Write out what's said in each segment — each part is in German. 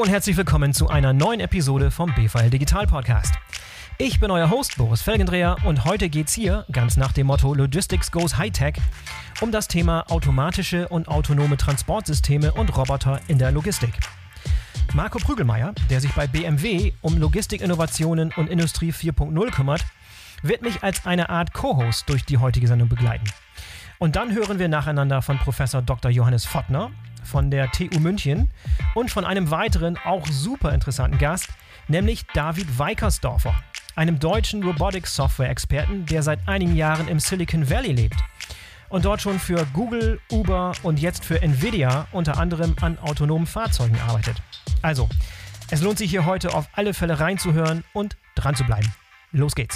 Hallo und herzlich willkommen zu einer neuen Episode vom BVL Digital Podcast. Ich bin euer Host Boris Felgendreher und heute geht's hier, ganz nach dem Motto Logistics goes High-Tech, um das Thema automatische und autonome Transportsysteme und Roboter in der Logistik. Marco Prügelmeier, der sich bei BMW um Logistikinnovationen und Industrie 4.0 kümmert, wird mich als eine Art Co-Host durch die heutige Sendung begleiten. Und dann hören wir nacheinander von Professor Dr. Johannes Fottner von der TU München und von einem weiteren, auch super interessanten Gast, nämlich David Weikersdorfer, einem deutschen Robotics-Software-Experten, der seit einigen Jahren im Silicon Valley lebt und dort schon für Google, Uber und jetzt für Nvidia unter anderem an autonomen Fahrzeugen arbeitet. Also, es lohnt sich hier heute auf alle Fälle reinzuhören und dran zu bleiben. Los geht's!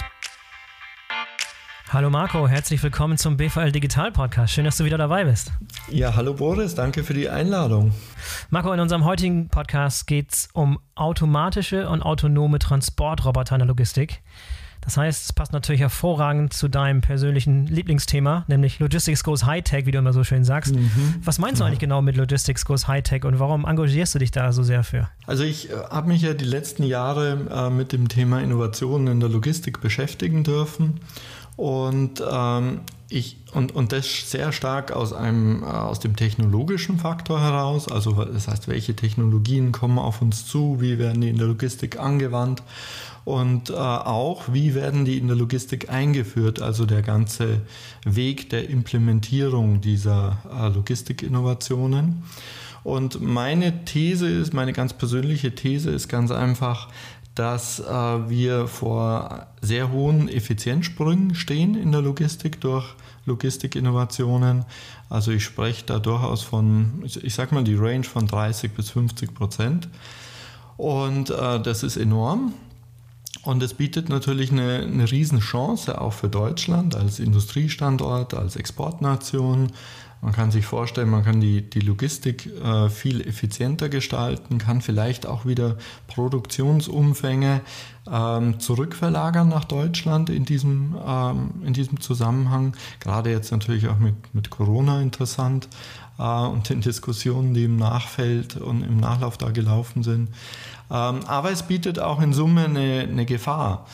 Hallo Marco, herzlich willkommen zum BVL Digital Podcast. Schön, dass du wieder dabei bist. Ja, hallo Boris, danke für die Einladung. Marco, in unserem heutigen Podcast geht es um automatische und autonome Transportroboter in der Logistik. Das heißt, es passt natürlich hervorragend zu deinem persönlichen Lieblingsthema, nämlich Logistics goes High-Tech, wie du immer so schön sagst. Was meinst du eigentlich genau mit Logistics goes High-Tech und warum engagierst du dich da so sehr für? Also ich habe mich ja die letzten Jahre mit dem Thema Innovationen in der Logistik beschäftigen dürfen. Und das sehr stark aus dem technologischen Faktor heraus, also das heißt, welche Technologien kommen auf uns zu, wie werden die in der Logistik angewandt und auch, wie werden die in der Logistik eingeführt, also der ganze Weg der Implementierung dieser Logistikinnovationen. Und meine ganz persönliche These ist ganz einfach, dass wir vor sehr hohen Effizienzsprüngen stehen in der Logistik durch Logistikinnovationen. Also ich spreche da durchaus von, ich sag mal, die Range von 30-50%. Und das ist enorm. Und es bietet natürlich eine Riesenchance auch für Deutschland als Industriestandort, als Exportnation. Man kann sich vorstellen, man kann die Logistik viel effizienter gestalten, kann vielleicht auch wieder Produktionsumfänge zurückverlagern nach Deutschland in diesem Zusammenhang. Gerade jetzt natürlich auch mit Corona interessant und den Diskussionen, die im Nachfeld und im Nachlauf da gelaufen sind. Aber es bietet auch in Summe eine Gefahr.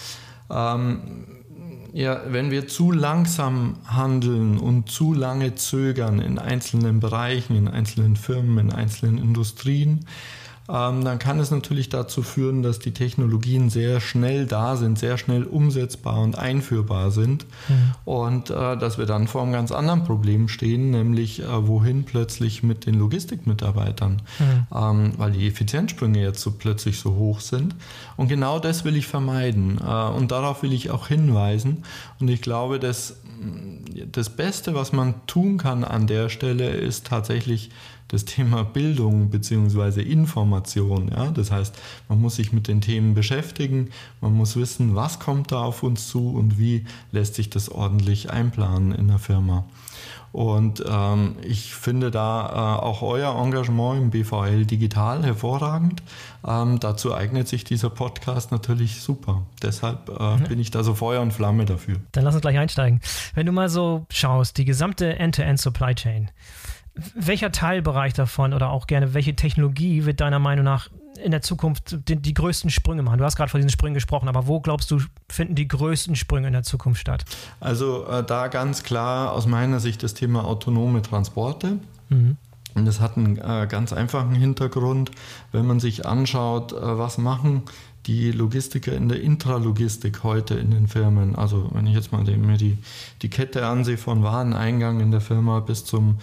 Wenn wir zu langsam handeln und zu lange zögern in einzelnen Bereichen, in einzelnen Firmen, in einzelnen Industrien, dann kann es natürlich dazu führen, dass die Technologien sehr schnell da sind, sehr schnell umsetzbar und einführbar sind und dass wir dann vor einem ganz anderen Problem stehen, nämlich wohin plötzlich mit den Logistikmitarbeitern, weil die Effizienzsprünge jetzt so plötzlich so hoch sind. Und genau das will ich vermeiden und darauf will ich auch hinweisen. Und ich glaube, dass das Beste, was man tun kann an der Stelle, ist tatsächlich das Thema Bildung bzw. Information. Ja? Das heißt, man muss sich mit den Themen beschäftigen, man muss wissen, was kommt da auf uns zu und wie lässt sich das ordentlich einplanen in der Firma. Und ich finde da auch euer Engagement im BVL Digital hervorragend. Dazu eignet sich dieser Podcast natürlich super. Deshalb bin ich da so Feuer und Flamme dafür. Dann lass uns gleich einsteigen. Wenn du mal so schaust, die gesamte End-to-End Supply Chain, welcher Teilbereich davon oder auch gerne welche Technologie wird deiner Meinung nach in der Zukunft die größten Sprünge machen? Du hast gerade von diesen Sprüngen gesprochen, aber wo glaubst du, finden die größten Sprünge in der Zukunft statt? Also da ganz klar aus meiner Sicht das Thema autonome Transporte. Und das hat einen ganz einfachen Hintergrund, wenn man sich anschaut, was machen die Logistiker in der Intralogistik heute in den Firmen. Also wenn ich jetzt mal mir die Kette ansehe von Wareneingang in der Firma bis zum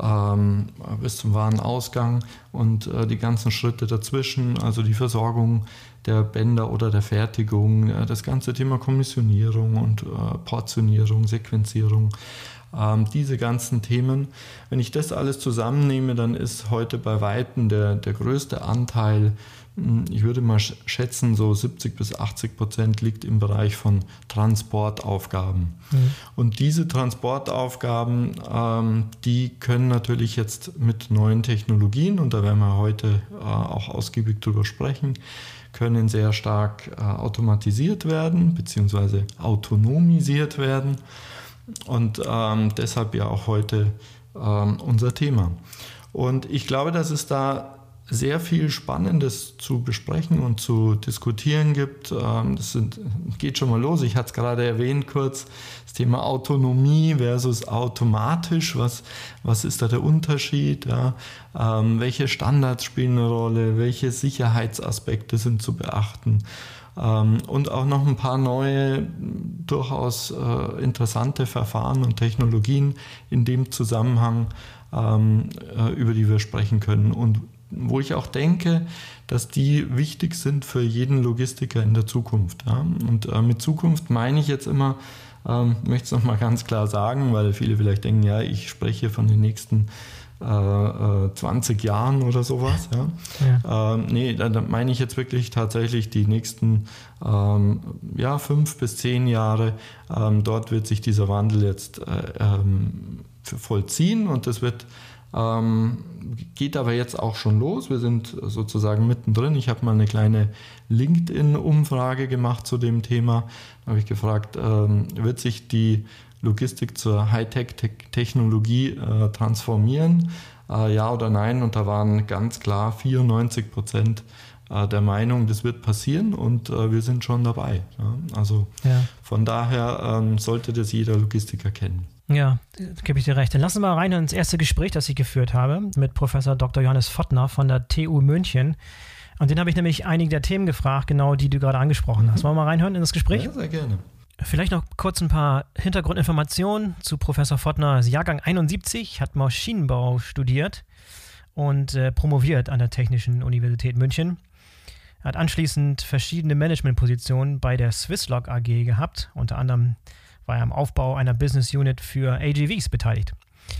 Warenausgang und die ganzen Schritte dazwischen, also die Versorgung der Bänder oder der Fertigung, das ganze Thema Kommissionierung und Portionierung, Sequenzierung, diese ganzen Themen. Wenn ich das alles zusammennehme, dann ist heute bei Weitem der größte Anteil, ich würde mal schätzen, so 70-80% liegt im Bereich von Transportaufgaben. Und diese Transportaufgaben, die können natürlich jetzt mit neuen Technologien, und da werden wir heute auch ausgiebig drüber sprechen, können sehr stark automatisiert werden, beziehungsweise autonomisiert werden. Und deshalb ja auch heute unser Thema. Und ich glaube, dass es da sehr viel Spannendes zu besprechen und zu diskutieren gibt. Geht schon mal los. Ich hatte es gerade erwähnt kurz, das Thema Autonomie versus automatisch. Was ist da der Unterschied? Ja? Welche Standards spielen eine Rolle? Welche Sicherheitsaspekte sind zu beachten? Und auch noch ein paar neue, durchaus interessante Verfahren und Technologien in dem Zusammenhang, über die wir sprechen können. Und wo ich auch denke, dass die wichtig sind für jeden Logistiker in der Zukunft. Ja? Und mit Zukunft meine ich jetzt immer, möchte es nochmal ganz klar sagen, weil viele vielleicht denken, ja, ich spreche von den nächsten 20 Jahren oder sowas. Ja? Nee, da meine ich jetzt wirklich tatsächlich die nächsten 5 bis 10 Jahre. Dort wird sich dieser Wandel jetzt vollziehen und das geht aber jetzt auch schon los. Wir sind sozusagen mittendrin. Ich habe mal eine kleine LinkedIn-Umfrage gemacht zu dem Thema. Da habe ich gefragt, wird sich die Logistik zur Hightech-Technologie transformieren? Ja oder nein? Und da waren ganz klar 94% der Meinung, das wird passieren und wir sind schon dabei. Ja? Also von daher sollte das jeder Logistiker kennen. Ja, gebe ich dir recht. Dann lass uns mal rein ins erste Gespräch, das ich geführt habe mit Professor Dr. Johannes Fottner von der TU München. Und den habe ich nämlich einige der Themen gefragt, genau die du gerade angesprochen hast. Wollen wir mal reinhören in das Gespräch? Ja, sehr gerne. Vielleicht noch kurz ein paar Hintergrundinformationen zu Professor Fottner. Er ist Jahrgang 71, hat Maschinenbau studiert und promoviert an der Technischen Universität München. Er hat anschließend verschiedene Managementpositionen bei der Swisslog AG gehabt. Unter anderem war er am Aufbau einer Business Unit für AGVs beteiligt.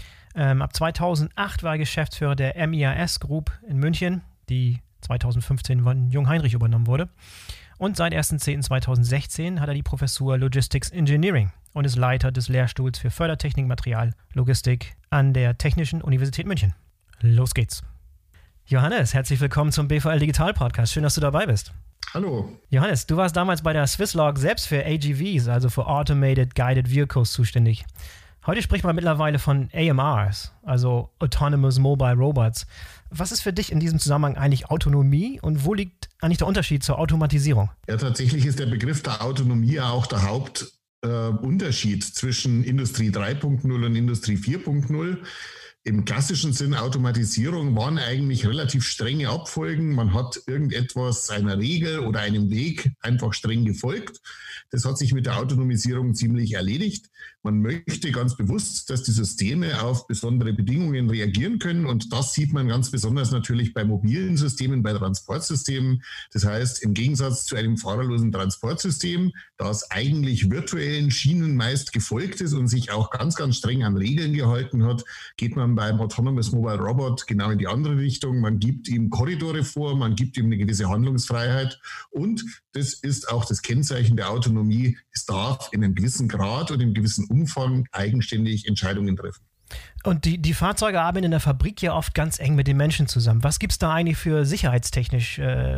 Ab 2008 war er Geschäftsführer der MIAS Group in München, die 2015 von Jungheinrich übernommen wurde. Und seit 1.10.2016 hat er die Professur Logistics Engineering und ist Leiter des Lehrstuhls für Fördertechnik, Material, Logistik an der Technischen Universität München. Los geht's. Johannes, herzlich willkommen zum BVL Digital Podcast. Schön, dass du dabei bist. Hallo. Johannes, du warst damals bei der Swisslog selbst für AGVs, also für Automated Guided Vehicles, zuständig. Heute spricht man mittlerweile von AMRs, also Autonomous Mobile Robots. Was ist für dich in diesem Zusammenhang eigentlich Autonomie und wo liegt eigentlich der Unterschied zur Automatisierung? Ja, tatsächlich ist der Begriff der Autonomie ja auch der Hauptunterschied zwischen Industrie 3.0 und Industrie 4.0. Im klassischen Sinn Automatisierung waren eigentlich relativ strenge Abfolgen. Man hat irgendetwas einer Regel oder einem Weg einfach streng gefolgt. Das hat sich mit der Autonomisierung ziemlich erledigt. Man möchte ganz bewusst, dass die Systeme auf besondere Bedingungen reagieren können. Und das sieht man ganz besonders natürlich bei mobilen Systemen, bei Transportsystemen. Das heißt, im Gegensatz zu einem fahrerlosen Transportsystem, das eigentlich virtuellen Schienen meist gefolgt ist und sich auch ganz, ganz streng an Regeln gehalten hat, geht man beim Autonomous Mobile Robot genau in die andere Richtung. Man gibt ihm Korridore vor, man gibt ihm eine gewisse Handlungsfreiheit und das ist auch das Kennzeichen der Autonomie. Es darf in einem gewissen Grad und in einem gewissen Umfang eigenständig Entscheidungen treffen. Und die Fahrzeuge arbeiten in der Fabrik ja oft ganz eng mit den Menschen zusammen. Was gibt es da eigentlich für sicherheitstechnisch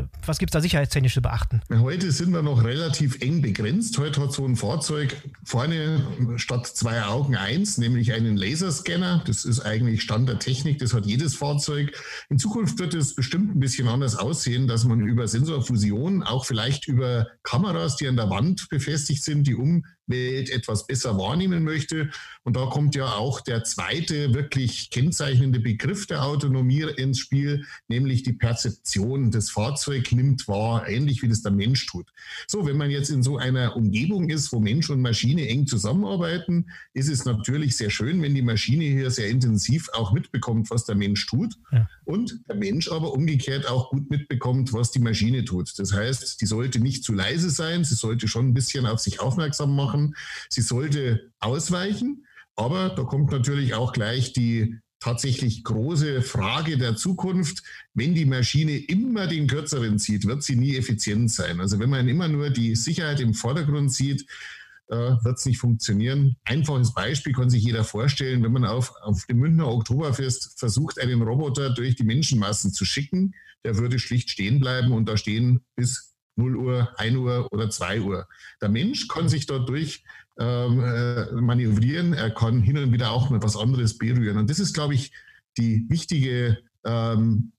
zu beachten? Heute sind wir noch relativ eng begrenzt. Heute hat so ein Fahrzeug vorne statt 2 Augen 1, nämlich einen Laserscanner. Das ist eigentlich Stand der Technik, das hat jedes Fahrzeug. In Zukunft wird es bestimmt ein bisschen anders aussehen, dass man über Sensorfusion, auch vielleicht über Kameras, die an der Wand befestigt sind, die Umwelt etwas besser wahrnehmen möchte. Und da kommt ja auch der zweite wirklich kennzeichnende Begriff der Autonomie ins Spiel, nämlich die Perzeption. Das Fahrzeug nimmt wahr, ähnlich wie das der Mensch tut. So, wenn man jetzt in so einer Umgebung ist, wo Mensch und Maschine eng zusammenarbeiten, ist es natürlich sehr schön, wenn die Maschine hier sehr intensiv auch mitbekommt, was der Mensch tut. Ja. Und der Mensch aber umgekehrt auch gut mitbekommt, was die Maschine tut. Das heißt, die sollte nicht zu leise sein, sie sollte schon ein bisschen auf sich aufmerksam machen, sie sollte ausweichen. Aber da kommt natürlich auch gleich die tatsächlich große Frage der Zukunft. Wenn die Maschine immer den Kürzeren zieht, wird sie nie effizient sein. Also wenn man immer nur die Sicherheit im Vordergrund sieht, wird es nicht funktionieren. Einfaches Beispiel kann sich jeder vorstellen, wenn man auf dem Münchner Oktoberfest versucht, einen Roboter durch die Menschenmassen zu schicken, der würde schlicht stehen bleiben und da stehen bis 0 Uhr, 1 Uhr oder 2 Uhr. Der Mensch kann sich dadurch manövrieren, er kann hin und wieder auch mal was anderes berühren. Und das ist, glaube ich, die wichtige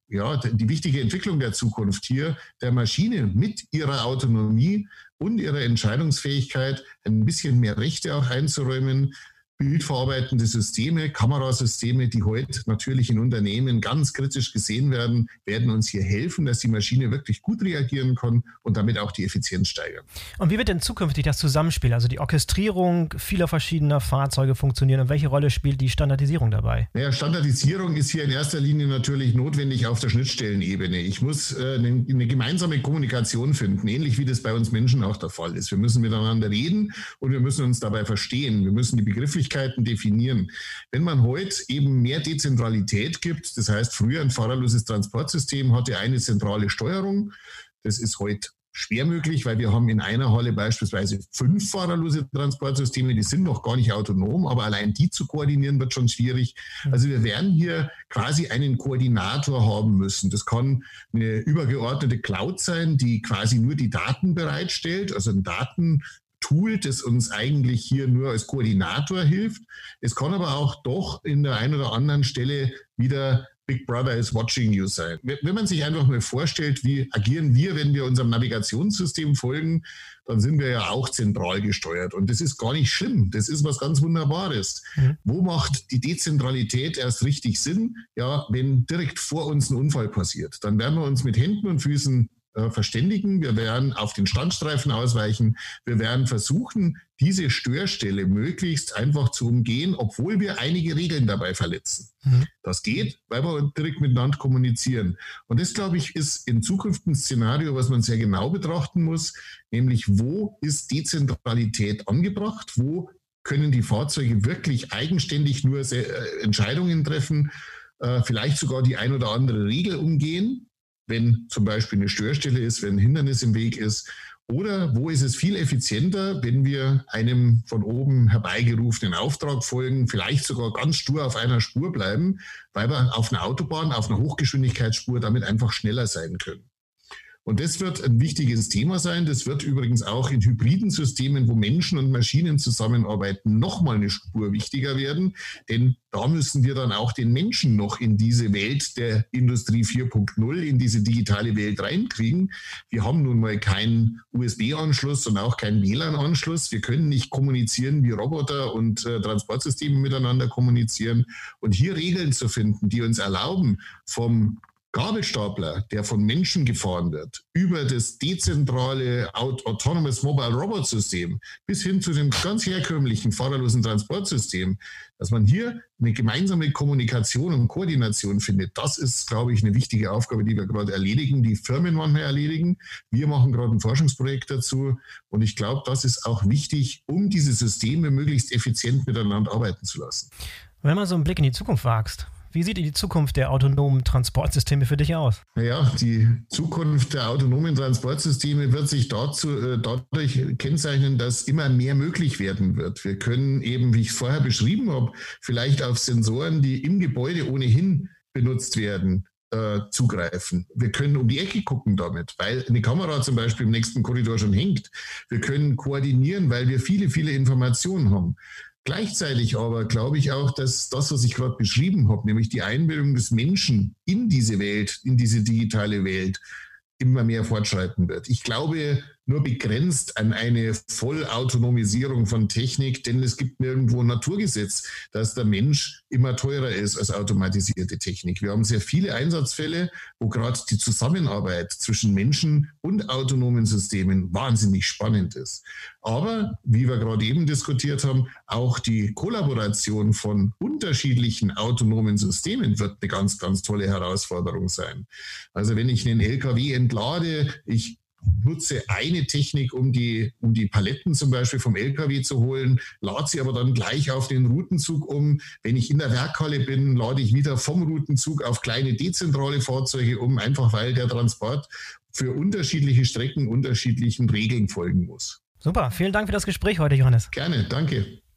die wichtige Entwicklung der Zukunft hier, der Maschine mit ihrer Autonomie und ihrer Entscheidungsfähigkeit ein bisschen mehr Rechte auch einzuräumen. Bildverarbeitende Systeme, Kamerasysteme, die heute natürlich in Unternehmen ganz kritisch gesehen werden, werden uns hier helfen, dass die Maschine wirklich gut reagieren kann und damit auch die Effizienz steigern. Und wie wird denn zukünftig das Zusammenspiel, also die Orchestrierung vieler verschiedener Fahrzeuge funktionieren und welche Rolle spielt die Standardisierung dabei? Naja, Standardisierung ist hier in erster Linie natürlich notwendig auf der Schnittstellenebene. Ich muss eine gemeinsame Kommunikation finden, ähnlich wie das bei uns Menschen auch der Fall ist. Wir müssen miteinander reden und wir müssen uns dabei verstehen. Wir müssen die Begrifflichkeiten definieren. Wenn man heute eben mehr Dezentralität gibt, das heißt, früher ein fahrerloses Transportsystem hatte eine zentrale Steuerung. Das ist heute schwer möglich, weil wir haben in einer Halle beispielsweise 5 fahrerlose Transportsysteme, die sind noch gar nicht autonom, aber allein die zu koordinieren wird schon schwierig. Also wir werden hier quasi einen Koordinator haben müssen. Das kann eine übergeordnete Cloud sein, die quasi nur die Daten bereitstellt, also ein Datentool, das uns eigentlich hier nur als Koordinator hilft. Es kann aber auch doch in der einen oder anderen Stelle wieder Big Brother is watching you sein. Wenn man sich einfach mal vorstellt, wie agieren wir, wenn wir unserem Navigationssystem folgen, dann sind wir ja auch zentral gesteuert. Und das ist gar nicht schlimm. Das ist was ganz Wunderbares. Wo macht die Dezentralität erst richtig Sinn? Ja, wenn direkt vor uns ein Unfall passiert. Dann werden wir uns mit Händen und Füßen verständigen, wir werden auf den Standstreifen ausweichen, wir werden versuchen, diese Störstelle möglichst einfach zu umgehen, obwohl wir einige Regeln dabei verletzen. Das geht, weil wir direkt miteinander kommunizieren. Und das, glaube ich, ist in Zukunft ein Szenario, was man sehr genau betrachten muss, nämlich wo ist Dezentralität angebracht, wo können die Fahrzeuge wirklich eigenständig nur Entscheidungen treffen, vielleicht sogar die ein oder andere Regel umgehen, wenn zum Beispiel eine Störstelle ist, wenn ein Hindernis im Weg ist. Oder wo ist es viel effizienter, wenn wir einem von oben herbeigerufenen Auftrag folgen, vielleicht sogar ganz stur auf einer Spur bleiben, weil wir auf einer Autobahn, auf einer Hochgeschwindigkeitsspur damit einfach schneller sein können. Und das wird ein wichtiges Thema sein. Das wird übrigens auch in hybriden Systemen, wo Menschen und Maschinen zusammenarbeiten, nochmal eine Spur wichtiger werden. Denn da müssen wir dann auch den Menschen noch in diese Welt der Industrie 4.0, in diese digitale Welt reinkriegen. Wir haben nun mal keinen USB-Anschluss und auch keinen WLAN-Anschluss. Wir können nicht kommunizieren, wie Roboter und Transportsysteme miteinander kommunizieren. Und hier Regeln zu finden, die uns erlauben, vom Gabelstapler, der von Menschen gefahren wird, über das dezentrale Autonomous Mobile Robot System bis hin zu dem ganz herkömmlichen fahrerlosen Transportsystem, dass man hier eine gemeinsame Kommunikation und Koordination findet, das ist, glaube ich, eine wichtige Aufgabe, die wir gerade erledigen, die Firmen manchmal erledigen. Wir machen gerade ein Forschungsprojekt dazu und ich glaube, das ist auch wichtig, um diese Systeme möglichst effizient miteinander arbeiten zu lassen. Wenn man so einen Blick in die Zukunft wagst, wie sieht die Zukunft der autonomen Transportsysteme für dich aus? Naja, die Zukunft der autonomen Transportsysteme wird sich dadurch kennzeichnen, dass immer mehr möglich werden wird. Wir können eben, wie ich es vorher beschrieben habe, vielleicht auf Sensoren, die im Gebäude ohnehin benutzt werden, zugreifen. Wir können um die Ecke gucken damit, weil eine Kamera zum Beispiel im nächsten Korridor schon hängt. Wir können koordinieren, weil wir viele, viele Informationen haben. Gleichzeitig aber glaube ich auch, dass das, was ich gerade beschrieben habe, nämlich die Einbildung des Menschen in diese Welt, in diese digitale Welt, immer mehr fortschreiten wird. Ich glaube nur begrenzt an eine Vollautonomisierung von Technik, denn es gibt nirgendwo ein Naturgesetz, dass der Mensch immer teurer ist als automatisierte Technik. Wir haben sehr viele Einsatzfälle, wo gerade die Zusammenarbeit zwischen Menschen und autonomen Systemen wahnsinnig spannend ist. Aber, wie wir gerade eben diskutiert haben, auch die Kollaboration von unterschiedlichen autonomen Systemen wird eine ganz, ganz tolle Herausforderung sein. Also wenn ich einen LKW entlade, ich nutze eine Technik, um die Paletten zum Beispiel vom LKW zu holen, lade sie aber dann gleich auf den Routenzug um. Wenn ich in der Werkhalle bin, lade ich wieder vom Routenzug auf kleine dezentrale Fahrzeuge um, einfach weil der Transport für unterschiedliche Strecken unterschiedlichen Regeln folgen muss. Super, vielen Dank für das Gespräch heute, Johannes. Gerne, danke.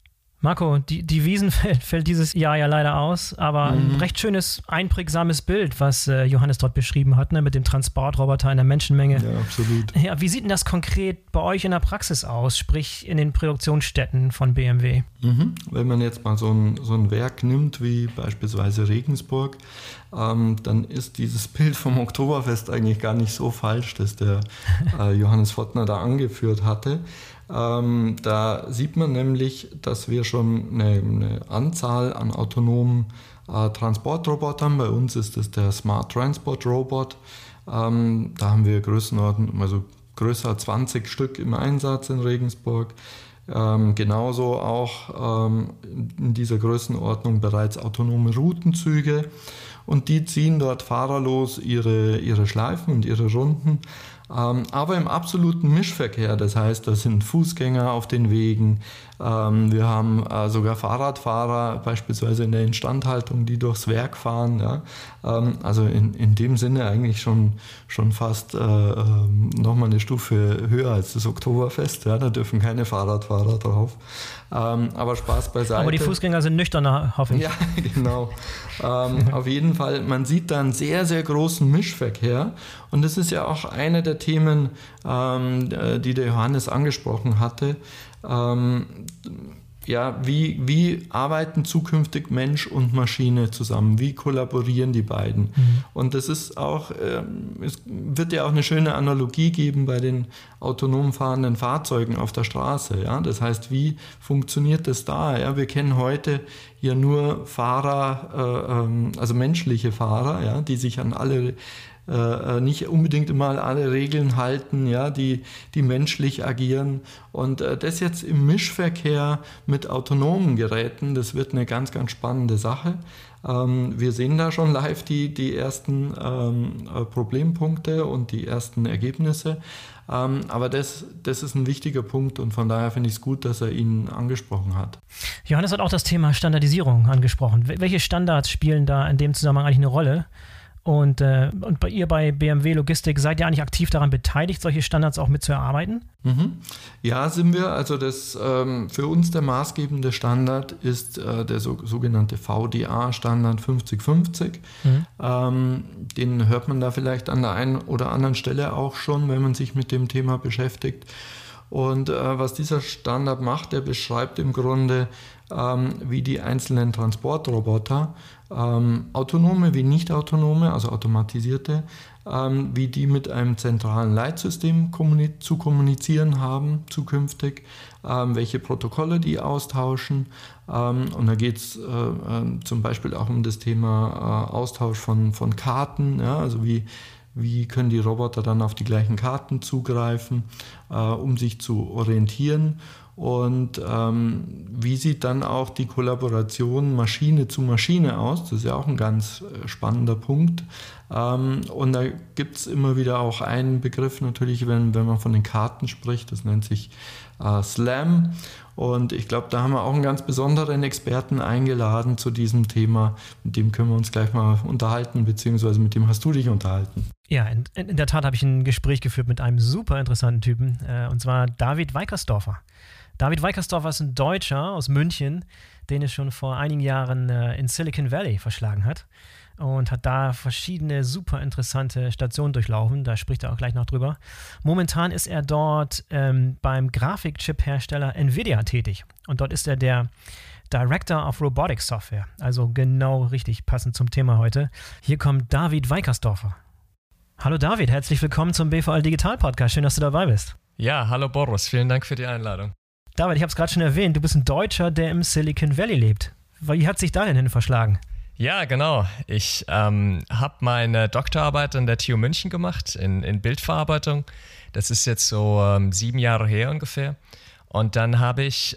Marco, die Wiesn fällt dieses Jahr ja leider aus, aber ein recht schönes, einprägsames Bild, was Johannes dort beschrieben hat, ne, mit dem Transportroboter in der Menschenmenge. Ja, absolut. Ja, wie sieht denn das konkret bei euch in der Praxis aus, sprich in den Produktionsstätten von BMW? Wenn man jetzt mal so ein Werk nimmt, wie beispielsweise Regensburg, dann ist dieses Bild vom Oktoberfest eigentlich gar nicht so falsch, das der Johannes Vottner da angeführt hatte. Da sieht man nämlich, dass wir schon eine Anzahl an autonomen Transportrobotern, bei uns ist es der Smart Transport Robot, da haben wir Größenordnung, also größer 20 Stück im Einsatz in Regensburg. Genauso auch in dieser Größenordnung bereits autonome Routenzüge, und die ziehen dort fahrerlos ihre Schleifen und ihre Runden. Aber im absoluten Mischverkehr, das heißt, da sind Fußgänger auf den Wegen, wir haben sogar Fahrradfahrer beispielsweise in der Instandhaltung, die durchs Werk fahren. Ja? Also in dem Sinne eigentlich schon fast nochmal eine Stufe höher als das Oktoberfest. Ja? Da dürfen keine Fahrradfahrer drauf. Aber Spaß beiseite. Aber die Fußgänger sind nüchterner, hoffe ich. Ja, genau. Auf jeden Fall, man sieht da einen sehr, sehr großen Mischverkehr. Und das ist ja auch eine der Themen, die der Johannes angesprochen hatte. Ja, wie arbeiten zukünftig Mensch und Maschine zusammen? Wie kollaborieren die beiden? Und das ist auch, es wird ja auch eine schöne Analogie geben bei den autonom fahrenden Fahrzeugen auf der Straße. Ja? Das heißt, wie funktioniert das da? Ja? Wir kennen heute ja nur Fahrer, also menschliche Fahrer, ja? Die sich an alle nicht unbedingt immer alle Regeln halten, ja, die menschlich agieren. Und das jetzt im Mischverkehr mit autonomen Geräten, das wird eine ganz, ganz spannende Sache. Wir sehen da schon live die ersten Problempunkte und die ersten Ergebnisse. Aber das ist ein wichtiger Punkt, und von daher finde ich es gut, dass er ihn angesprochen hat. Johannes hat auch das Thema Standardisierung angesprochen. Welche Standards spielen da in dem Zusammenhang eigentlich eine Rolle? Und ihr bei BMW Logistik seid ihr eigentlich aktiv daran beteiligt, solche Standards auch mit zu erarbeiten? Ja, sind wir. Also für uns der maßgebende Standard ist der sogenannte VDA-Standard 5050. Den hört man da vielleicht an der einen oder anderen Stelle auch schon, wenn man sich mit dem Thema beschäftigt. Und was dieser Standard macht, der beschreibt im Grunde, wie die einzelnen Transportroboter, autonome wie nicht autonome, also automatisierte, wie die mit einem zentralen Leitsystem zu kommunizieren haben zukünftig, welche Protokolle die austauschen. Und da geht es zum Beispiel auch um das Thema Austausch von Karten, ja, also wie können die Roboter dann auf die gleichen Karten zugreifen, um sich zu orientieren. Und wie sieht dann auch die Kollaboration Maschine zu Maschine aus? Das ist ja auch ein ganz spannender Punkt. Und da gibt es immer wieder auch einen Begriff natürlich, wenn man von den Karten spricht, das nennt sich SLAM. Und ich glaube, da haben wir auch einen ganz besonderen Experten eingeladen zu diesem Thema. Mit dem können wir uns gleich mal unterhalten, beziehungsweise mit dem hast du dich unterhalten. Ja, in der Tat habe ich ein Gespräch geführt mit einem super interessanten Typen, und zwar David Weikersdorfer. David Weikersdorfer ist ein Deutscher aus München, den es schon vor einigen Jahren in Silicon Valley verschlagen hat und hat da verschiedene super interessante Stationen durchlaufen. Da spricht er auch gleich noch drüber. Momentan ist er dort beim Grafikchip-Hersteller Nvidia tätig, und dort ist er der Director of Robotics Software, also genau richtig passend zum Thema heute. Hier kommt David Weikersdorfer. Hallo David, herzlich willkommen zum BVL Digital Podcast. Schön, dass du dabei bist. Ja, hallo Boris, vielen Dank für die Einladung. David, ich habe es gerade schon erwähnt, du bist ein Deutscher, der im Silicon Valley lebt. Wie hat sich da denn hin verschlagen? Ja, genau. Ich habe meine Doktorarbeit an der TU München gemacht in Bildverarbeitung. Das ist jetzt so 7 Jahre her ungefähr. Und dann habe ich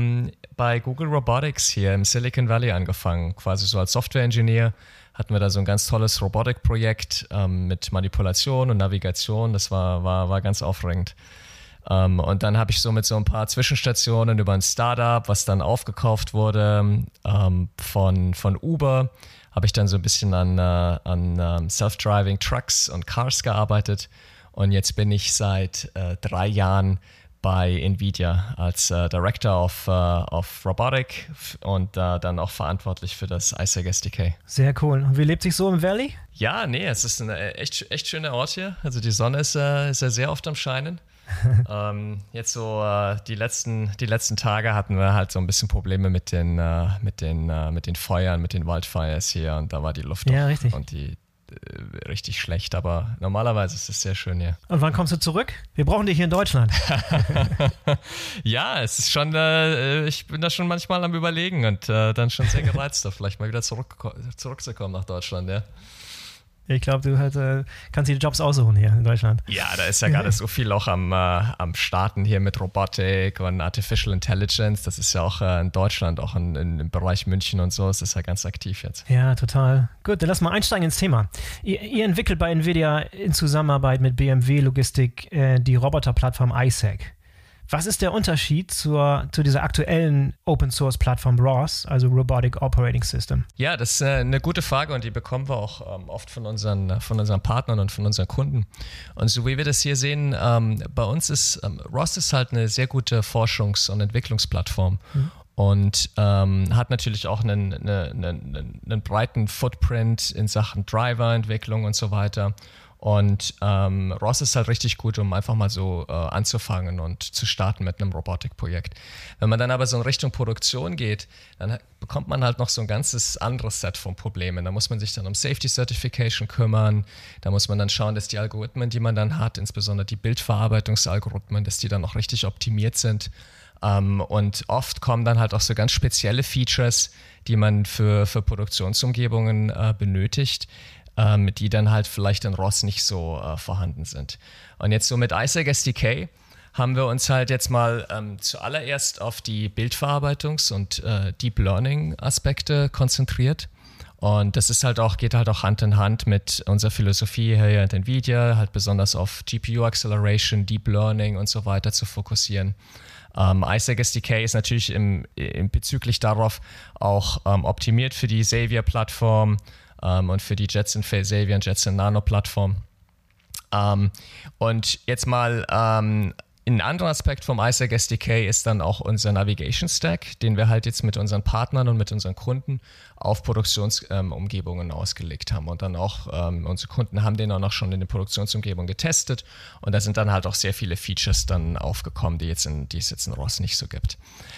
bei Google Robotics hier im Silicon Valley angefangen, quasi so als Software-Engineer. Hatten wir da so ein ganz tolles Robotikprojekt mit Manipulation und Navigation. Das war ganz aufregend. Und dann habe ich so mit so ein paar Zwischenstationen über ein Startup, was dann aufgekauft wurde von Uber, habe ich dann so ein bisschen an Self-Driving Trucks und Cars gearbeitet. Und jetzt bin ich seit 3 Jahren bei NVIDIA als Director of Robotic und dann auch verantwortlich für das ISAC SDK. Sehr cool. Und wie lebt sich so im Valley? Ja, nee, es ist ein echt schöner Ort hier. Also die Sonne ist ja sehr oft am Scheinen. Jetzt so die letzten Tage hatten wir halt so ein bisschen Probleme mit den Feuern, mit den Wildfires hier, und da war die Luft richtig. Und die richtig schlecht, aber normalerweise ist es sehr schön hier. Und wann kommst du zurück? Wir brauchen dich hier in Deutschland. Ja, es ist schon, ich bin da schon manchmal am Überlegen und dann schon sehr gereizt, da vielleicht mal wieder zurückzukommen nach Deutschland, ja. Ich glaube, du kannst dir die Jobs aussuchen hier in Deutschland. Ja, da ist ja gerade so viel auch am Starten hier mit Robotik und Artificial Intelligence. Das ist ja auch in Deutschland, auch im Bereich München und so, ist das ja ganz aktiv jetzt. Ja, total. Gut, dann lass mal einsteigen ins Thema. Ihr entwickelt bei NVIDIA in Zusammenarbeit mit BMW Logistik die Roboterplattform ISAC. Was ist der Unterschied zu dieser aktuellen Open-Source-Plattform ROS, also Robotic Operating System? Ja, das ist eine gute Frage und die bekommen wir auch oft von unseren Partnern und von unseren Kunden. Und so wie wir das hier sehen, bei uns ist ROS ist halt eine sehr gute Forschungs- und Entwicklungsplattform. Und hat natürlich auch einen breiten Footprint in Sachen Driver-Entwicklung und so weiter. Und ROS ist halt richtig gut, um einfach mal so anzufangen und zu starten mit einem Robotikprojekt. Wenn man dann aber so in Richtung Produktion geht, dann bekommt man halt noch so ein ganzes anderes Set von Problemen. Da muss man sich dann um Safety Certification kümmern, da muss man dann schauen, dass die Algorithmen, die man dann hat, insbesondere die Bildverarbeitungsalgorithmen, dass die dann noch richtig optimiert sind. Und oft kommen dann halt auch so ganz spezielle Features, die man für Produktionsumgebungen benötigt, die dann halt vielleicht in ROS nicht so vorhanden sind. Und jetzt so mit ISAC SDK haben wir uns halt jetzt mal zuallererst auf die Bildverarbeitungs- und Deep Learning-Aspekte konzentriert. Und das ist geht halt auch Hand in Hand mit unserer Philosophie hier at NVIDIA, halt besonders auf GPU Acceleration, Deep Learning und so weiter zu fokussieren. ISAC SDK ist natürlich bezüglich darauf auch optimiert für die Xavier-Plattform, und für die Jetson Xavier und Jetson Nano Plattform. Und jetzt mal ein anderer Aspekt vom ISAC SDK ist dann auch unser Navigation Stack, den wir halt jetzt mit unseren Partnern und mit unseren Kunden auf Produktionsumgebungen ausgelegt haben. Und dann auch unsere Kunden haben den auch noch schon in den Produktionsumgebungen getestet. Und da sind dann halt auch sehr viele Features dann aufgekommen, die es jetzt in ROS nicht so gibt.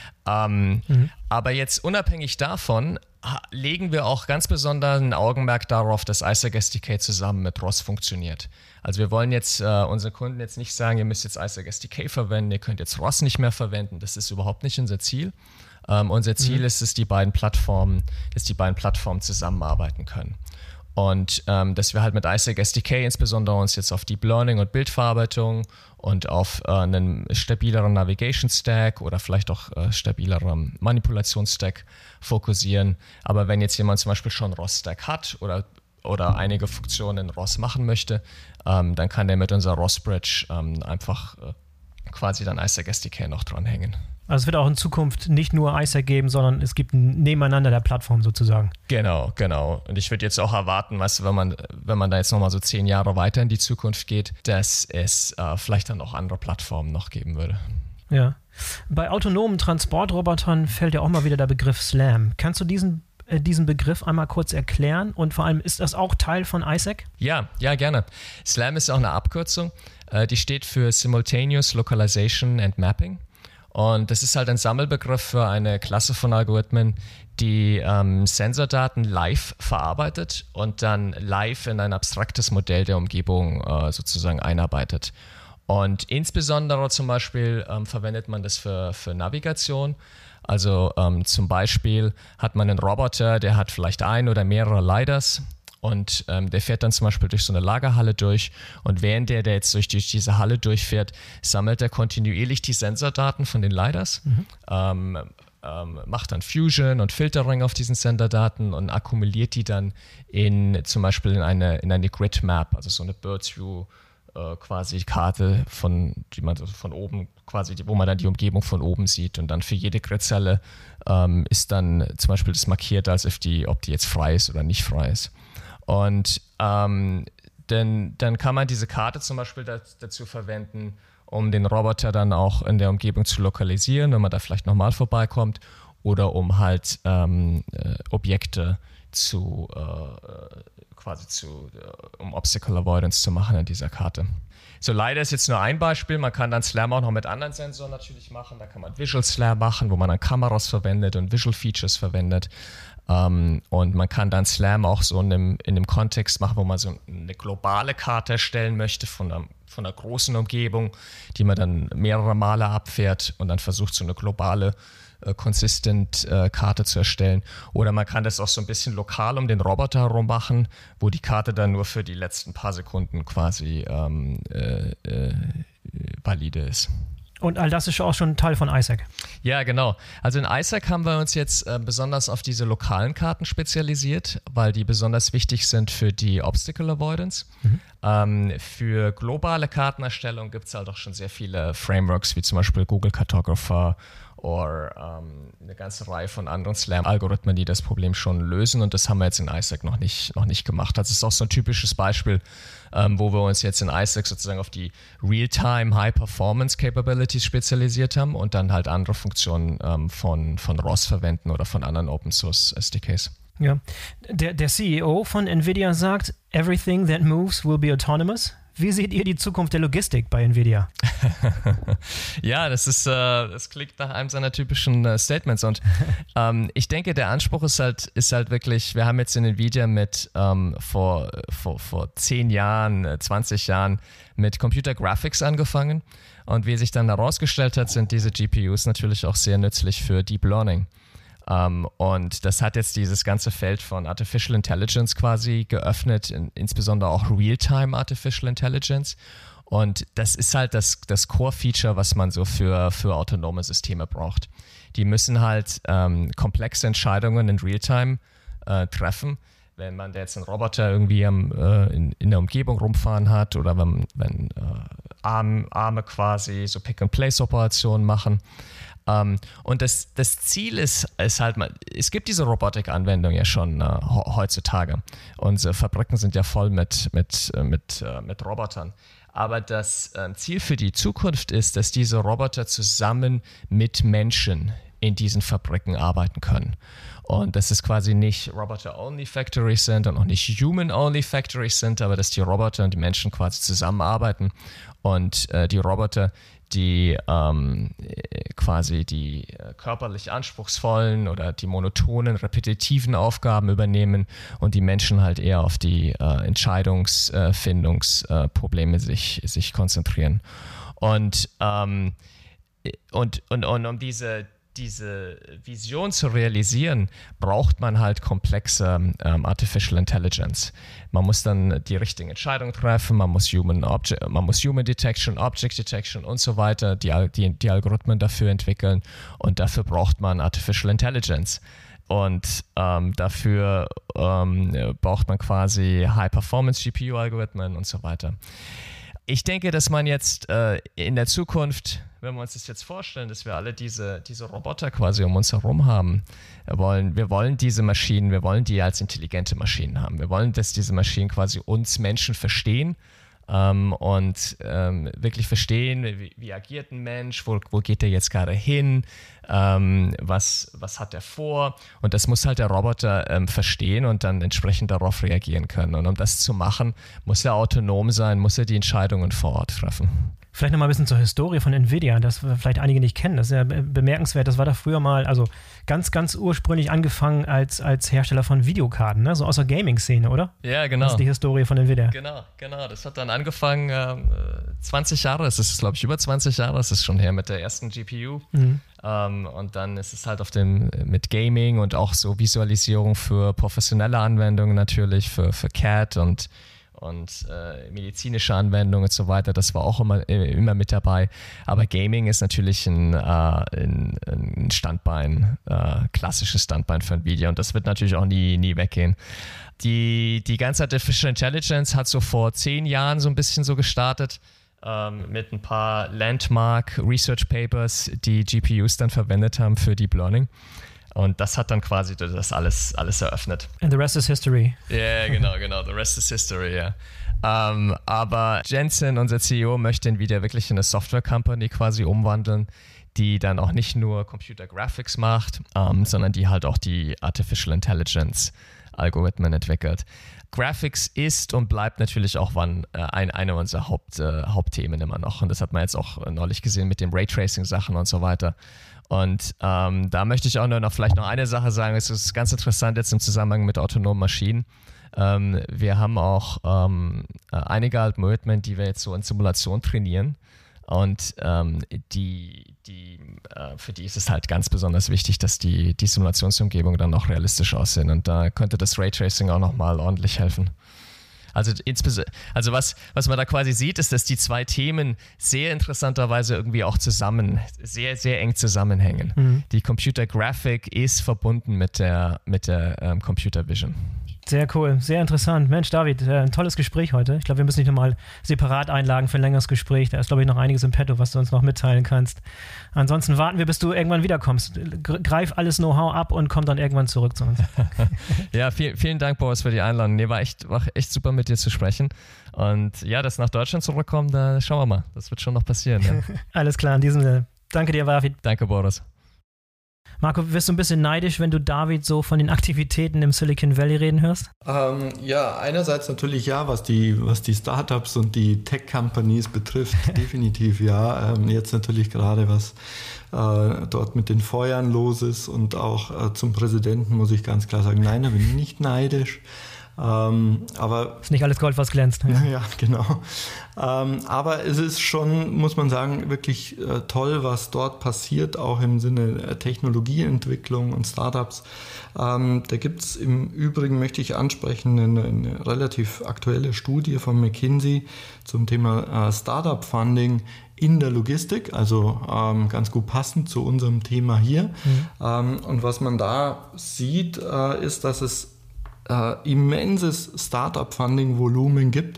Aber jetzt unabhängig davon legen wir auch ganz besonders ein Augenmerk darauf, dass ISAC SDK zusammen mit ROS funktioniert. Also wir wollen jetzt unseren Kunden jetzt nicht sagen, ihr müsst jetzt ISAC SDK verwenden, ihr könnt jetzt ROS nicht mehr verwenden. Das ist überhaupt nicht unser Ziel. Unser Ziel ist es, dass die beiden Plattformen zusammenarbeiten können. Und dass wir halt mit ISAC SDK insbesondere uns jetzt auf Deep Learning und Bildverarbeitung und auf einen stabileren Navigation Stack oder vielleicht auch stabileren Manipulationsstack fokussieren. Aber wenn jetzt jemand zum Beispiel schon ROS Stack hat oder einige Funktionen in ROS machen möchte, dann kann der mit unserer ROS Bridge einfach quasi dann ISAC SDK noch dranhängen. Also es wird auch in Zukunft nicht nur ISAC geben, sondern es gibt ein Nebeneinander der Plattform sozusagen. Genau. Und ich würde jetzt auch erwarten, wenn man da jetzt nochmal so 10 Jahre weiter in die Zukunft geht, dass es vielleicht dann auch andere Plattformen noch geben würde. Ja. Bei autonomen Transportrobotern fällt ja auch mal wieder der Begriff SLAM. Kannst du diesen Begriff einmal kurz erklären? Und vor allem, ist das auch Teil von ISAC? Ja, gerne. SLAM ist auch eine Abkürzung. Die steht für Simultaneous Localization and Mapping. Und das ist halt ein Sammelbegriff für eine Klasse von Algorithmen, die Sensordaten live verarbeitet und dann live in ein abstraktes Modell der Umgebung sozusagen einarbeitet. Und insbesondere zum Beispiel verwendet man das für Navigation. Also zum Beispiel hat man einen Roboter, der hat vielleicht ein oder mehrere LiDARs. Und der fährt dann zum Beispiel durch so eine Lagerhalle durch und während der jetzt durch diese Halle durchfährt, sammelt er kontinuierlich die Sensordaten von den LiDARs, macht dann Fusion und Filtering auf diesen Sensordaten und akkumuliert die dann zum Beispiel in eine Grid Map, also so eine Birds View quasi Karte, die man von oben quasi, wo man dann die Umgebung von oben sieht, und dann für jede Gridzelle ist dann zum Beispiel das markiert, als ob die jetzt frei ist oder nicht frei ist. Und dann kann man diese Karte zum Beispiel dazu verwenden, um den Roboter dann auch in der Umgebung zu lokalisieren, wenn man da vielleicht nochmal vorbeikommt, oder um halt Objekte um Obstacle Avoidance zu machen in dieser Karte. So, leider ist jetzt nur ein Beispiel. Man kann dann SLAM auch noch mit anderen Sensoren natürlich machen. Da kann man Visual SLAM machen, wo man dann Kameras verwendet und Visual Features verwendet. Und man kann dann SLAM auch so in dem Kontext machen, wo man so eine globale Karte erstellen möchte von einer großen Umgebung, die man dann mehrere Male abfährt und dann versucht, so eine globale consistent Karte zu erstellen. Oder man kann das auch so ein bisschen lokal um den Roboter herum machen, wo die Karte dann nur für die letzten paar Sekunden quasi valide ist. Und all das ist auch schon Teil von ISAC. Ja, genau. Also in ISAC haben wir uns jetzt besonders auf diese lokalen Karten spezialisiert, weil die besonders wichtig sind für die Obstacle Avoidance. Für globale Kartenerstellung gibt es halt auch schon sehr viele Frameworks, wie zum Beispiel Google Cartographer oder eine ganze Reihe von anderen SLAM-Algorithmen, die das Problem schon lösen, und das haben wir jetzt in ISAC noch nicht gemacht. Das ist auch so ein typisches Beispiel, wo wir uns jetzt in ISAC sozusagen auf die Real-Time High-Performance-Capabilities spezialisiert haben und dann halt andere Funktionen von ROS verwenden oder von anderen Open-Source-SDKs. Ja, der CEO von NVIDIA sagt, everything that moves will be autonomous. Wie seht ihr die Zukunft der Logistik bei NVIDIA? Ja, das klingt nach einem seiner typischen Statements, und ich denke, der Anspruch ist halt wirklich, wir haben jetzt in NVIDIA mit vor 10 Jahren, 20 Jahren mit Computer Graphics angefangen, und wie sich dann herausgestellt hat, sind diese GPUs natürlich auch sehr nützlich für Deep Learning. Und das hat jetzt dieses ganze Feld von Artificial Intelligence quasi geöffnet, insbesondere auch Real-Time Artificial Intelligence. Und das ist halt das Core-Feature, was man so für autonome Systeme braucht. Die müssen halt komplexe Entscheidungen in Real-Time treffen. Wenn man jetzt einen Roboter irgendwie in der Umgebung rumfahren hat, oder wenn Arme quasi so Pick-and-Place-Operationen machen. Und das Ziel ist halt mal, es gibt diese Robotik-Anwendung ja schon heutzutage. Unsere Fabriken sind ja voll mit Robotern. Aber das Ziel für die Zukunft ist, dass diese Roboter zusammen mit Menschen in diesen Fabriken arbeiten können. Und dass es quasi nicht Roboter-Only-Factories sind und auch nicht Human-Only-Factories sind, aber dass die Roboter und die Menschen quasi zusammenarbeiten und die Roboter, die quasi die körperlich anspruchsvollen oder die monotonen, repetitiven Aufgaben übernehmen und die Menschen halt eher auf die Entscheidungsfindungsprobleme sich konzentrieren. Und um diese Vision zu realisieren, braucht man halt komplexe Artificial Intelligence. Man muss dann die richtigen Entscheidungen treffen, man muss Human Detection, Object Detection und so weiter, die Algorithmen dafür entwickeln, und dafür braucht man Artificial Intelligence. Und dafür braucht man quasi High-Performance-GPU-Algorithmen und so weiter. Ich denke, dass man jetzt in der Zukunft, wenn wir uns das jetzt vorstellen, dass wir alle diese Roboter quasi um uns herum haben, wir wollen diese Maschinen, wir wollen die als intelligente Maschinen haben. Wir wollen, dass diese Maschinen quasi uns Menschen verstehen und wirklich verstehen, wie agiert ein Mensch, wo geht der jetzt gerade hin, was hat er vor, und das muss halt der Roboter verstehen und dann entsprechend darauf reagieren können. Und um das zu machen, muss er autonom sein, muss er die Entscheidungen vor Ort treffen. Vielleicht noch mal ein bisschen zur Historie von NVIDIA, das vielleicht einige nicht kennen. Das ist ja bemerkenswert. Das war da früher mal, also ganz, ganz ursprünglich angefangen als Hersteller von Videokarten, ne? So aus der Gaming-Szene, oder? Ja, genau. Das ist die Historie von NVIDIA. Genau. Das hat dann angefangen, 20 Jahre, es ist, glaube ich, über 20 Jahre, es ist schon her mit der ersten GPU. Und dann ist es halt mit Gaming und auch so Visualisierung für professionelle Anwendungen natürlich, für CAD und medizinische Anwendungen und so weiter, das war auch immer mit dabei. Aber Gaming ist natürlich ein Standbein, klassisches Standbein für NVIDIA, und das wird natürlich auch nie weggehen. Die ganze Artificial Intelligence hat so vor 10 Jahren so ein bisschen so gestartet, mit ein paar Landmark Research Papers, die GPUs dann verwendet haben für Deep Learning. Und das hat dann quasi das alles eröffnet. And the rest is history. Ja, genau. The rest is history, ja. Aber Jensen, unser CEO, möchte Nvidia wirklich in eine Software-Company quasi umwandeln, die dann auch nicht nur Computer Graphics macht, sondern die halt auch die Artificial Intelligence Algorithmen entwickelt. Graphics ist und bleibt natürlich auch eine unserer Hauptthemen immer noch. Und das hat man jetzt auch neulich gesehen mit den Raytracing-Sachen und so weiter. Und da möchte ich auch noch vielleicht noch eine Sache sagen. Es ist ganz interessant jetzt im Zusammenhang mit autonomen Maschinen. Wir haben auch einige Algorithmen, die wir jetzt so in Simulation trainieren. Und für die ist es halt ganz besonders wichtig, dass die Simulationsumgebung dann auch realistisch aussehen. Und da könnte das Raytracing auch nochmal ordentlich helfen. Also was man da quasi sieht, ist, dass die zwei Themen sehr interessanterweise irgendwie auch sehr, sehr eng zusammenhängen. Mhm. Die Computer Graphic ist verbunden mit der Computer Vision. Sehr cool, sehr interessant. Mensch, David, ein tolles Gespräch heute. Ich glaube, wir müssen dich nochmal separat einladen für ein längeres Gespräch. Da ist, glaube ich, noch einiges im Petto, was du uns noch mitteilen kannst. Ansonsten warten wir, bis du irgendwann wiederkommst. Greif alles Know-how ab und komm dann irgendwann zurück zu uns. Ja, vielen Dank, Boris, für die Einladung. Nee, war echt super mit dir zu sprechen. Und ja, das nach Deutschland zurückkommen, da schauen wir mal. Das wird schon noch passieren. Ja. Alles klar, in diesem Sinne. Danke dir, David. Danke, Boris. Marco, wirst du ein bisschen neidisch, wenn du David so von den Aktivitäten im Silicon Valley reden hörst? Ja, einerseits natürlich ja, was die Startups und die Tech-Companies betrifft, definitiv ja. Jetzt natürlich gerade, was dort mit den Feuern los ist und auch zum Präsidenten muss ich ganz klar sagen, nein, da bin ich nicht neidisch. Aber ist nicht alles Gold, was glänzt. Ja, genau. Aber es ist schon, muss man sagen, wirklich toll, was dort passiert, auch im Sinne Technologieentwicklung und Startups. Da gibt es im Übrigen, möchte ich ansprechen, eine relativ aktuelle Studie von McKinsey zum Thema Startup-Funding in der Logistik, also ganz gut passend zu unserem Thema hier. Mhm. Und was man da sieht, ist, dass es immenses Startup-Funding-Volumen gibt.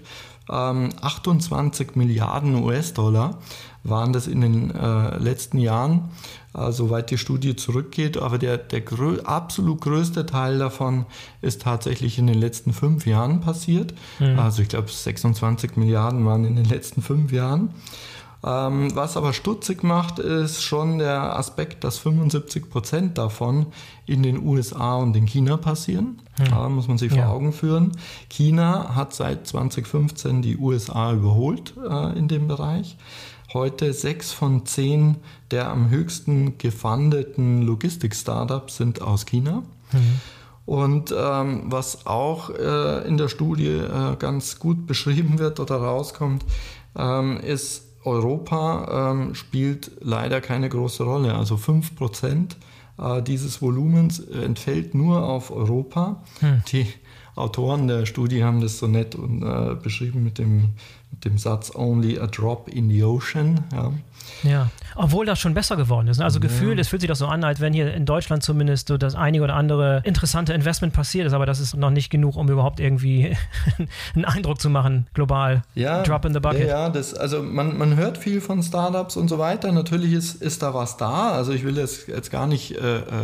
28 Milliarden US-Dollar waren das in den letzten Jahren, soweit die Studie zurückgeht. Aber der absolut größte Teil davon ist tatsächlich in den letzten 5 Jahren passiert. Mhm. Also ich glaube 26 Milliarden waren in den letzten 5 Jahren. Was aber stutzig macht, ist schon der Aspekt, dass 75% davon in den USA und in China passieren. Da muss man sich vor Augen führen. China hat seit 2015 die USA überholt in dem Bereich. Heute 6 von 10 der am höchsten gefundeten Logistik-Startups sind aus China. Mhm. Und was auch in der Studie ganz gut beschrieben wird oder rauskommt, ist, Europa spielt leider keine große Rolle. Also 5% dieses Volumens entfällt nur auf Europa. Die Autoren der Studie haben das so nett beschrieben mit dem Satz "Only a drop in the ocean". Ja, obwohl das schon besser geworden ist. Also gefühlt, es fühlt sich doch so an, als wenn hier in Deutschland zumindest so das einige oder andere interessante Investment passiert ist, aber das ist noch nicht genug, um überhaupt irgendwie einen Eindruck zu machen, global. Ja, Drop in the bucket. Ja, also man hört viel von Startups und so weiter. Natürlich ist da was da. Also ich will jetzt gar nicht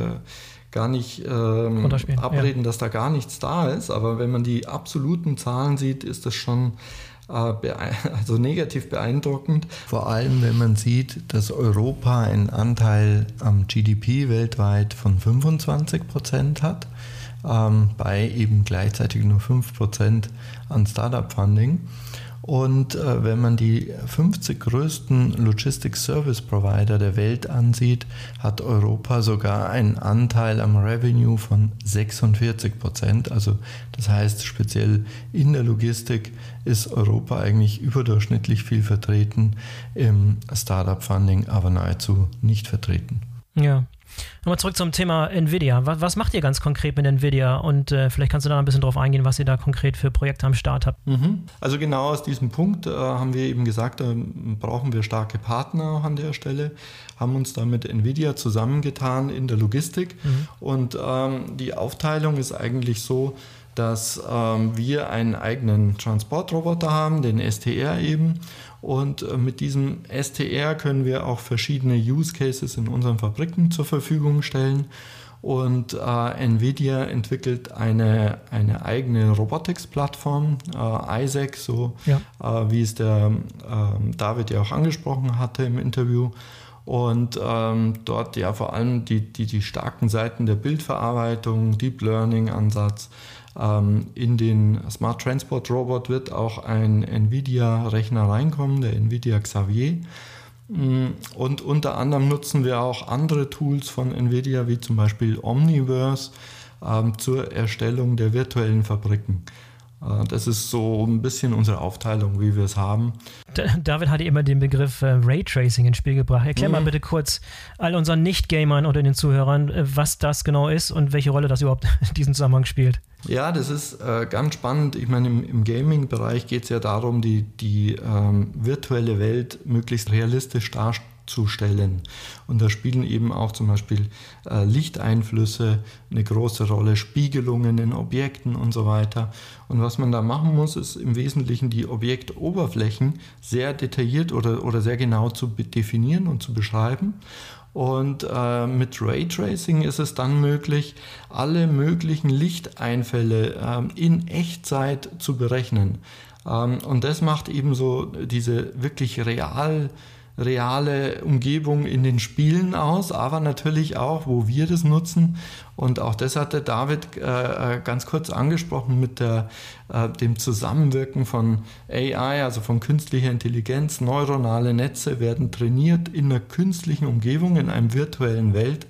abreden, dass da gar nichts da ist, aber wenn man die absoluten Zahlen sieht, ist das schon also negativ beeindruckend. Vor allem, wenn man sieht, dass Europa einen Anteil am GDP weltweit von 25% hat, bei eben gleichzeitig nur 5% an Startup-Funding. Und wenn man die 50 größten Logistics-Service-Provider der Welt ansieht, hat Europa sogar einen Anteil am Revenue von 46%. Also das heißt, speziell in der Logistik ist Europa eigentlich überdurchschnittlich viel vertreten, im Startup-Funding aber nahezu nicht vertreten. Ja. Nochmal zurück zum Thema Nvidia. Was macht ihr ganz konkret mit Nvidia? Und vielleicht kannst du da ein bisschen drauf eingehen, was ihr da konkret für Projekte am Start habt. Also genau aus diesem Punkt haben wir eben gesagt, da brauchen wir starke Partner auch an der Stelle, haben uns da mit Nvidia zusammengetan in der Logistik. Und die Aufteilung ist eigentlich so, dass wir einen eigenen Transportroboter haben, den STR eben. Und mit diesem STR können wir auch verschiedene Use Cases in unseren Fabriken zur Verfügung stellen. Und NVIDIA entwickelt eine eigene Robotics-Plattform, Isaac, so wie es der David ja auch angesprochen hatte im Interview. Und dort ja vor allem die starken Seiten der Bildverarbeitung, Deep Learning-Ansatz. In den Smart Transport Robot wird auch ein NVIDIA-Rechner reinkommen, der NVIDIA Xavier. Und unter anderem nutzen wir auch andere Tools von NVIDIA, wie zum Beispiel Omniverse, zur Erstellung der virtuellen Fabriken. Das ist so ein bisschen unsere Aufteilung, wie wir es haben. David hatte immer den Begriff Raytracing ins Spiel gebracht. Erklär mal bitte kurz all unseren Nicht-Gamern oder den Zuhörern, was das genau ist und welche Rolle das überhaupt in diesem Zusammenhang spielt. Ja, das ist ganz spannend. Ich meine, im Gaming-Bereich geht es ja darum, die virtuelle Welt möglichst realistisch darzustellen. Und da spielen eben auch zum Beispiel Lichteinflüsse eine große Rolle, Spiegelungen in Objekten und so weiter. Und was man da machen muss, ist im Wesentlichen die Objektoberflächen sehr detailliert oder sehr genau zu definieren und zu beschreiben. Und mit Raytracing ist es dann möglich, alle möglichen Lichteinfälle in Echtzeit zu berechnen. Und das macht eben so diese wirklich reale Umgebung in den Spielen aus, aber natürlich auch, wo wir das nutzen. Und auch das hatte David ganz kurz angesprochen mit dem Zusammenwirken von AI, also von künstlicher Intelligenz. Neuronale Netze werden trainiert in einer künstlichen Umgebung, in einem virtuellen Welt.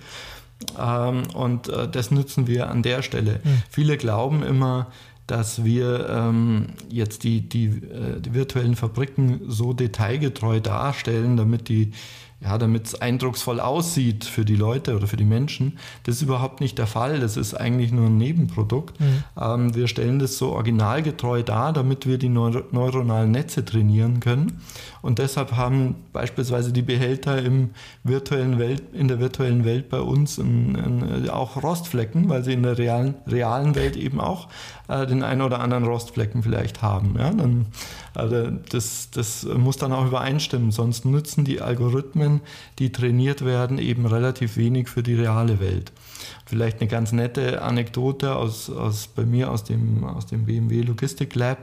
Und das nutzen wir an der Stelle. Viele glauben immer, dass wir jetzt die virtuellen Fabriken so detailgetreu darstellen, damit es eindrucksvoll aussieht für die Leute oder für die Menschen. Das ist überhaupt nicht der Fall. Das ist eigentlich nur ein Nebenprodukt. Wir stellen das so originalgetreu dar, damit wir die neuronalen Netze trainieren können. Und deshalb haben beispielsweise die Behälter in der virtuellen Welt bei uns auch Rostflecken, weil sie in der realen Welt eben auch den einen oder anderen Rostflecken vielleicht haben. Ja? Das muss dann auch übereinstimmen, sonst nützen die Algorithmen, die trainiert werden, eben relativ wenig für die reale Welt. Vielleicht eine ganz nette Anekdote bei mir aus dem BMW Logistik Lab.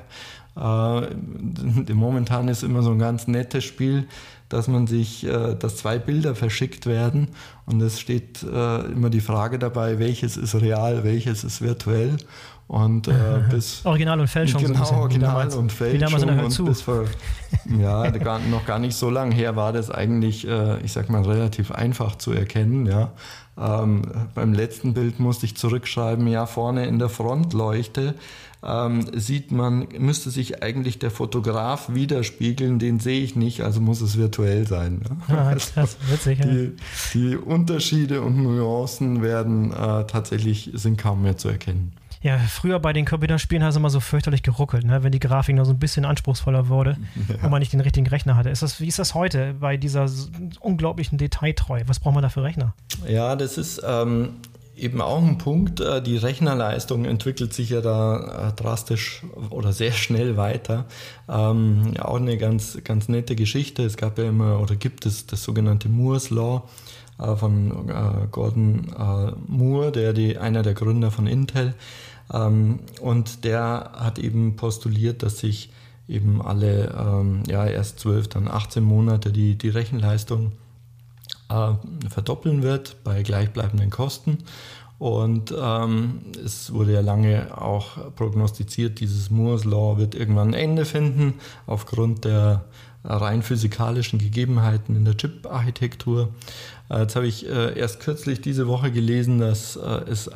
Momentan ist immer so ein ganz nettes Spiel, dass zwei Bilder verschickt werden und es steht immer die Frage dabei, welches ist real, welches ist virtuell. Und bis Original und Fälschung. Genau, Original und Fälschung. Und bis vor noch gar nicht so lange her war das eigentlich, ich sag mal, relativ einfach zu erkennen. Ja. Beim letzten Bild musste ich zurückschreiben, ja, vorne in der Frontleuchte müsste sich eigentlich der Fotograf widerspiegeln, den sehe ich nicht, also muss es virtuell sein. Ja. Das ist witzig, die Unterschiede und Nuancen sind kaum mehr zu erkennen. Ja, früher bei den Computerspielen hat es immer so fürchterlich geruckelt, ne? Wenn die Grafik noch so ein bisschen anspruchsvoll wurde und man nicht den richtigen Rechner hatte. Wie ist das heute bei dieser unglaublichen Detailtreue? Was braucht man da für Rechner? Ja, das ist eben auch ein Punkt. Die Rechnerleistung entwickelt sich ja da drastisch oder sehr schnell weiter. Auch eine ganz, ganz nette Geschichte. Es gab ja immer oder gibt es das sogenannte Moore's Law von Gordon Moore, einer der Gründer von Intel. Und der hat eben postuliert, dass sich eben alle erst 12, dann 18 Monate die Rechenleistung verdoppeln wird bei gleichbleibenden Kosten. Und es wurde ja lange auch prognostiziert, dieses Moore's Law wird irgendwann ein Ende finden aufgrund der rein physikalischen Gegebenheiten in der Chip-Architektur. Jetzt habe ich erst kürzlich diese Woche gelesen, dass das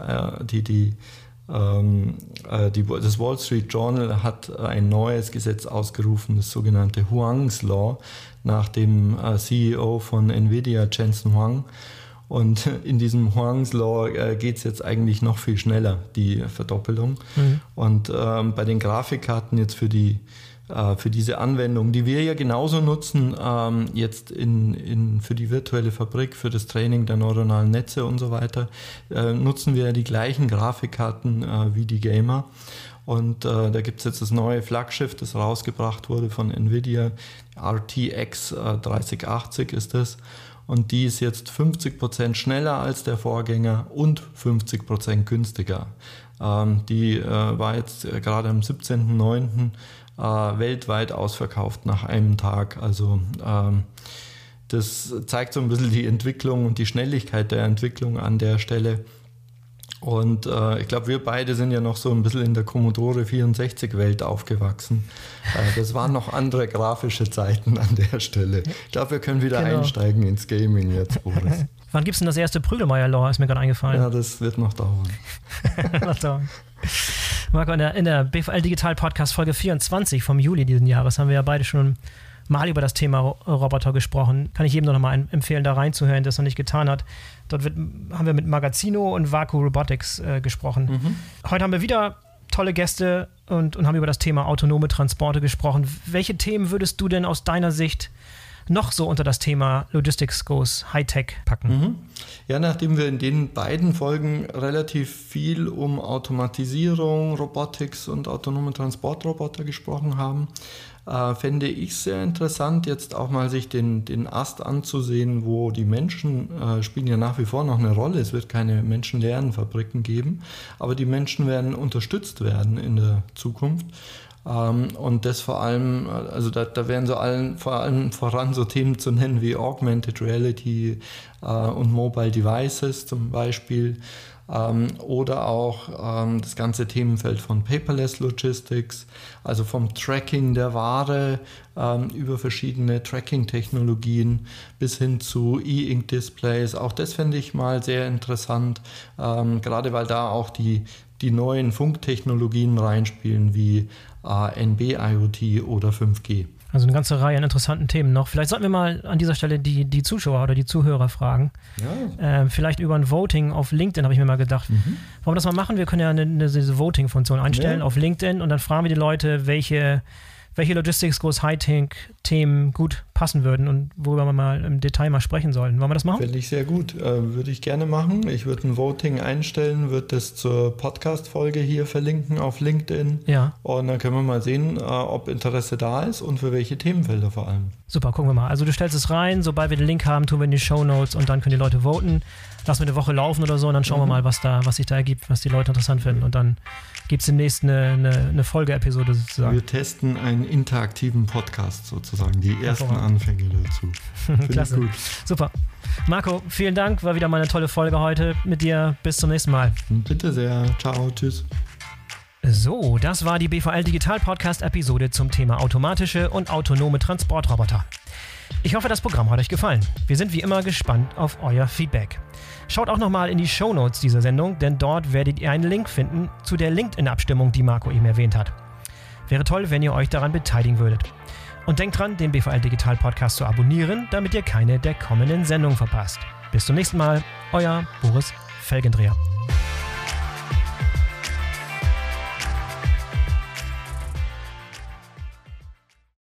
Wall Street Journal hat ein neues Gesetz ausgerufen, das sogenannte Huang's Law, nach dem CEO von NVIDIA, Jensen Huang. Und in diesem Huang's Law geht es jetzt eigentlich noch viel schneller, die Verdoppelung. Und bei den Grafikkarten jetzt für diese Anwendung, die wir ja genauso nutzen, jetzt für die virtuelle Fabrik, für das Training der neuronalen Netze und so weiter, nutzen wir ja die gleichen Grafikkarten wie die Gamer. Und da gibt es jetzt das neue Flaggschiff, das rausgebracht wurde von NVIDIA, RTX 3080 ist das. und die ist jetzt 50% schneller als der Vorgänger und 50% günstiger. Die war jetzt gerade am 17.09. Weltweit ausverkauft nach einem Tag. Also das zeigt so ein bisschen die Entwicklung und die Schnelligkeit der Entwicklung an der Stelle. Und ich glaube, wir beide sind ja noch so ein bisschen in der Commodore 64-Welt aufgewachsen. Das waren noch andere grafische Zeiten an der Stelle. Ich glaube, wir können wieder einsteigen ins Gaming jetzt, Boris. Wann gibt es denn das erste Prügelmeier-Lore? Ist mir gerade eingefallen. Ja, das wird noch dauern. Marco, in der BVL Digital Podcast Folge 24 vom Juli diesen Jahres haben wir ja beide schon mal über das Thema Roboter gesprochen. Kann ich jedem noch mal empfehlen, da reinzuhören, der es noch nicht getan hat. Dort haben wir mit Magazino und Vaku Robotics gesprochen. Heute haben wir wieder tolle Gäste und haben über das Thema autonome Transporte gesprochen. Welche Themen würdest du denn aus deiner Sicht noch so unter das Thema Logistics Goes High-Tech packen? Ja, nachdem wir in den beiden Folgen relativ viel um Automatisierung, Robotics und autonome Transportroboter gesprochen haben, fände ich sehr interessant, jetzt auch mal sich den Ast anzusehen, wo die Menschen spielen ja nach wie vor noch eine Rolle. Es wird keine menschenleeren Fabriken geben, aber die Menschen werden unterstützt werden in der Zukunft. Und das vor allem, also da wären so vor allem voran so Themen zu nennen wie Augmented Reality und Mobile Devices zum Beispiel, oder auch das ganze Themenfeld von Paperless Logistics, also vom Tracking der Ware über verschiedene Tracking-Technologien bis hin zu E-Ink-Displays. Auch das fände ich mal sehr interessant, gerade weil da auch die neuen Funktechnologien reinspielen wie NB-IoT oder 5G. Also eine ganze Reihe an interessanten Themen noch. Vielleicht sollten wir mal an dieser Stelle die Zuschauer oder die Zuhörer fragen. Ja. Vielleicht über ein Voting auf LinkedIn, habe ich mir mal gedacht. Wollen wir das mal machen? Wir können ja diese Voting-Funktion einstellen auf LinkedIn und dann fragen wir die Leute, welche Logistics Goes High-Tech-Themen gut passen würden und worüber wir mal im Detail mal sprechen sollten. Wollen wir das machen? Finde ich sehr gut. Würde ich gerne machen. Ich würde ein Voting einstellen, würde das zur Podcast-Folge hier verlinken auf LinkedIn. Ja. Und dann können wir mal sehen, ob Interesse da ist und für welche Themenfelder vor allem. Super, gucken wir mal. Also du stellst es rein, sobald wir den Link haben, tun wir in die Shownotes und dann können die Leute voten. Lassen wir eine Woche laufen oder so und dann schauen wir mal, was sich da ergibt, was die Leute interessant finden. Und dann gibt es demnächst eine Folge-Episode sozusagen. Wir testen einen interaktiven Podcast sozusagen, die ersten Anfänge dazu. Klasse. Gut. Super. Marco, vielen Dank. War wieder mal eine tolle Folge heute mit dir. Bis zum nächsten Mal. Bitte sehr. Ciao. Tschüss. So, das war die BVL Digital Podcast Episode zum Thema automatische und autonome Transportroboter. Ich hoffe, das Programm hat euch gefallen. Wir sind wie immer gespannt auf euer Feedback. Schaut auch nochmal in die Shownotes dieser Sendung, denn dort werdet ihr einen Link finden zu der LinkedIn-Abstimmung, die Marco eben erwähnt hat. Wäre toll, wenn ihr euch daran beteiligen würdet. Und denkt dran, den BVL Digital Podcast zu abonnieren, damit ihr keine der kommenden Sendungen verpasst. Bis zum nächsten Mal, euer Boris Felgendreher.